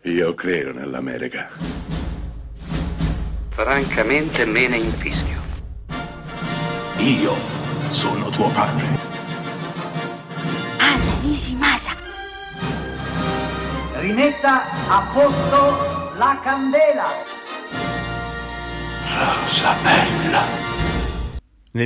Io credo nell'America. Francamente me ne infischio. Io sono tuo padre. Anna Nishimasa. Rimetta a posto la candela. Rosa bella. Nel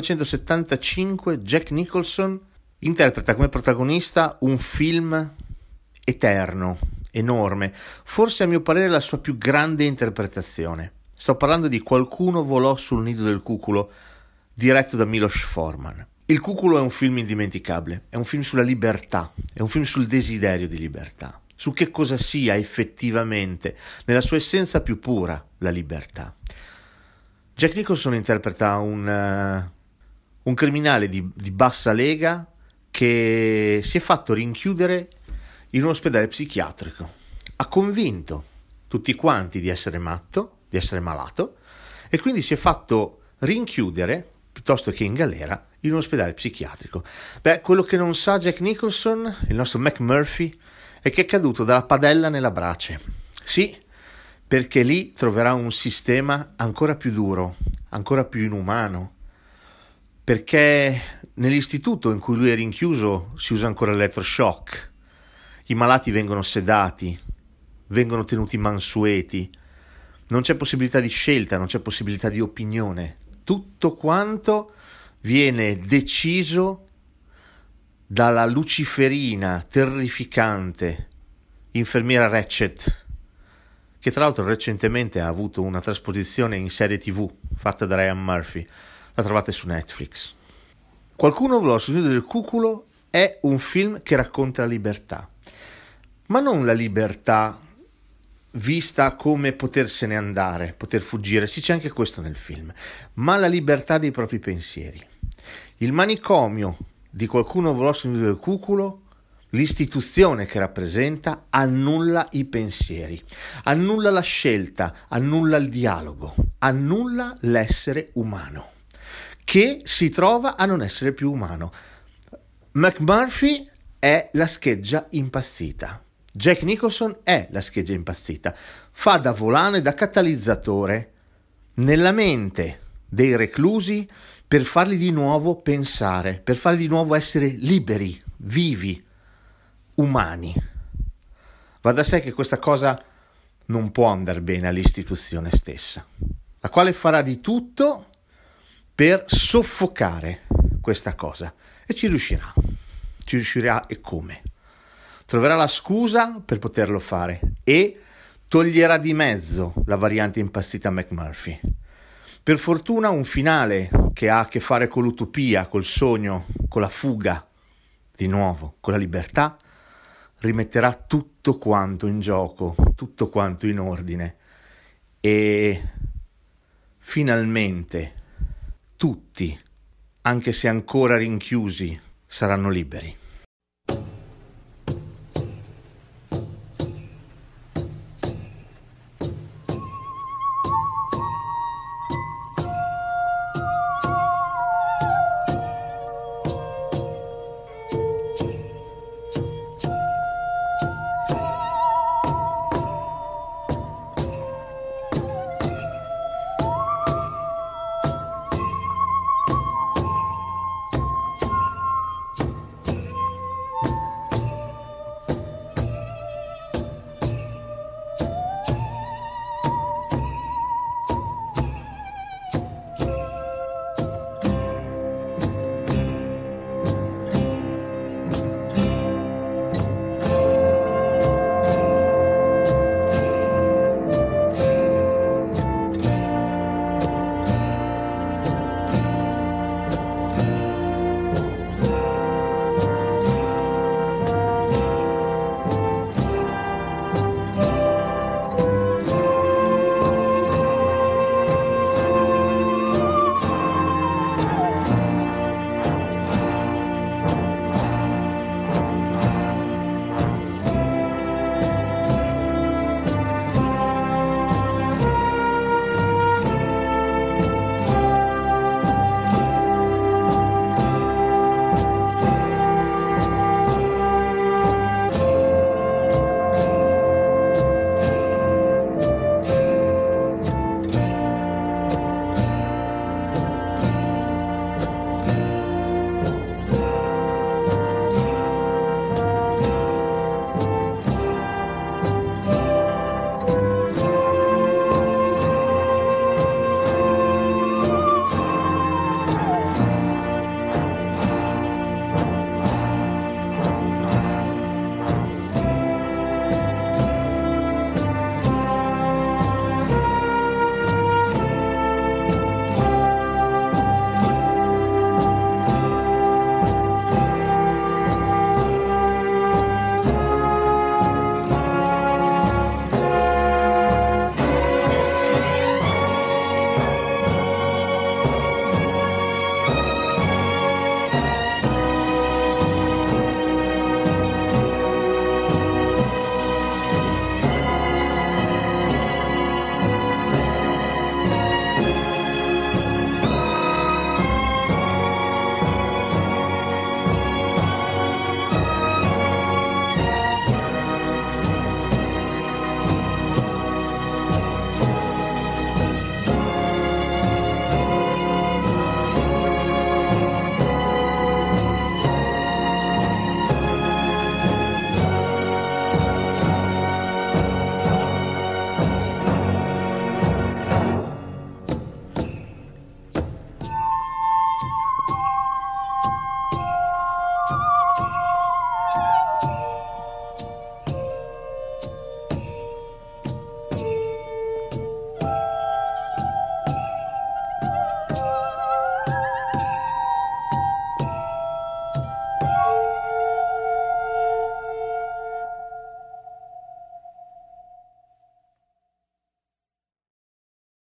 1975 Jack Nicholson interpreta come protagonista un film eterno, enorme, forse a mio parere la sua più grande interpretazione. Sto parlando di Qualcuno volò sul nido del cuculo, diretto da Milos Forman. Il cuculo è un film indimenticabile, è un film sulla libertà, è un film sul desiderio di libertà, su che cosa sia effettivamente, nella sua essenza più pura, la libertà. Jack Nicholson interpreta un criminale di bassa lega che si è fatto rinchiudere in un ospedale psichiatrico. Ha convinto tutti quanti di essere matto, di essere malato, e quindi si è fatto rinchiudere, piuttosto che in galera, in un ospedale psichiatrico. Quello che non sa Jack Nicholson, il nostro McMurphy, è che è caduto dalla padella nella brace. Sì, perché lì troverà un sistema ancora più duro, ancora più inumano, perché nell'istituto in cui lui è rinchiuso si usa ancora l'elettroshock, i malati vengono sedati, vengono tenuti mansueti, non c'è possibilità di scelta, non c'è possibilità di opinione, tutto quanto viene deciso dalla luciferina, terrificante infermiera Ratched, che tra l'altro recentemente ha avuto una trasposizione in serie TV fatta da Ryan Murphy, la trovate su Netflix. Qualcuno volò sul nido del cuculo è un film che racconta la libertà, ma non la libertà vista come potersene andare, poter fuggire, sì, c'è anche questo nel film, ma la libertà dei propri pensieri. Il manicomio di Qualcuno volò sul nido del cuculo, l'istituzione che rappresenta, annulla i pensieri, annulla la scelta, annulla il dialogo, annulla l'essere umano, che si trova a non essere più umano. McMurphy è la scheggia impazzita. Jack Nicholson è la scheggia impazzita. Fa da volano e da catalizzatore nella mente dei reclusi per farli di nuovo pensare, per farli di nuovo essere liberi, vivi, umani. Va da sé che questa cosa non può andare bene all'istituzione stessa, la quale farà di tutto per soffocare questa cosa, e ci riuscirà e come? Troverà la scusa per poterlo fare e toglierà di mezzo la variante impazzita McMurphy. Per fortuna un finale che ha a che fare con l'utopia, col sogno, con la fuga, di nuovo, con la libertà, rimetterà tutto quanto in gioco, tutto quanto in ordine, e finalmente tutti, anche se ancora rinchiusi, saranno liberi.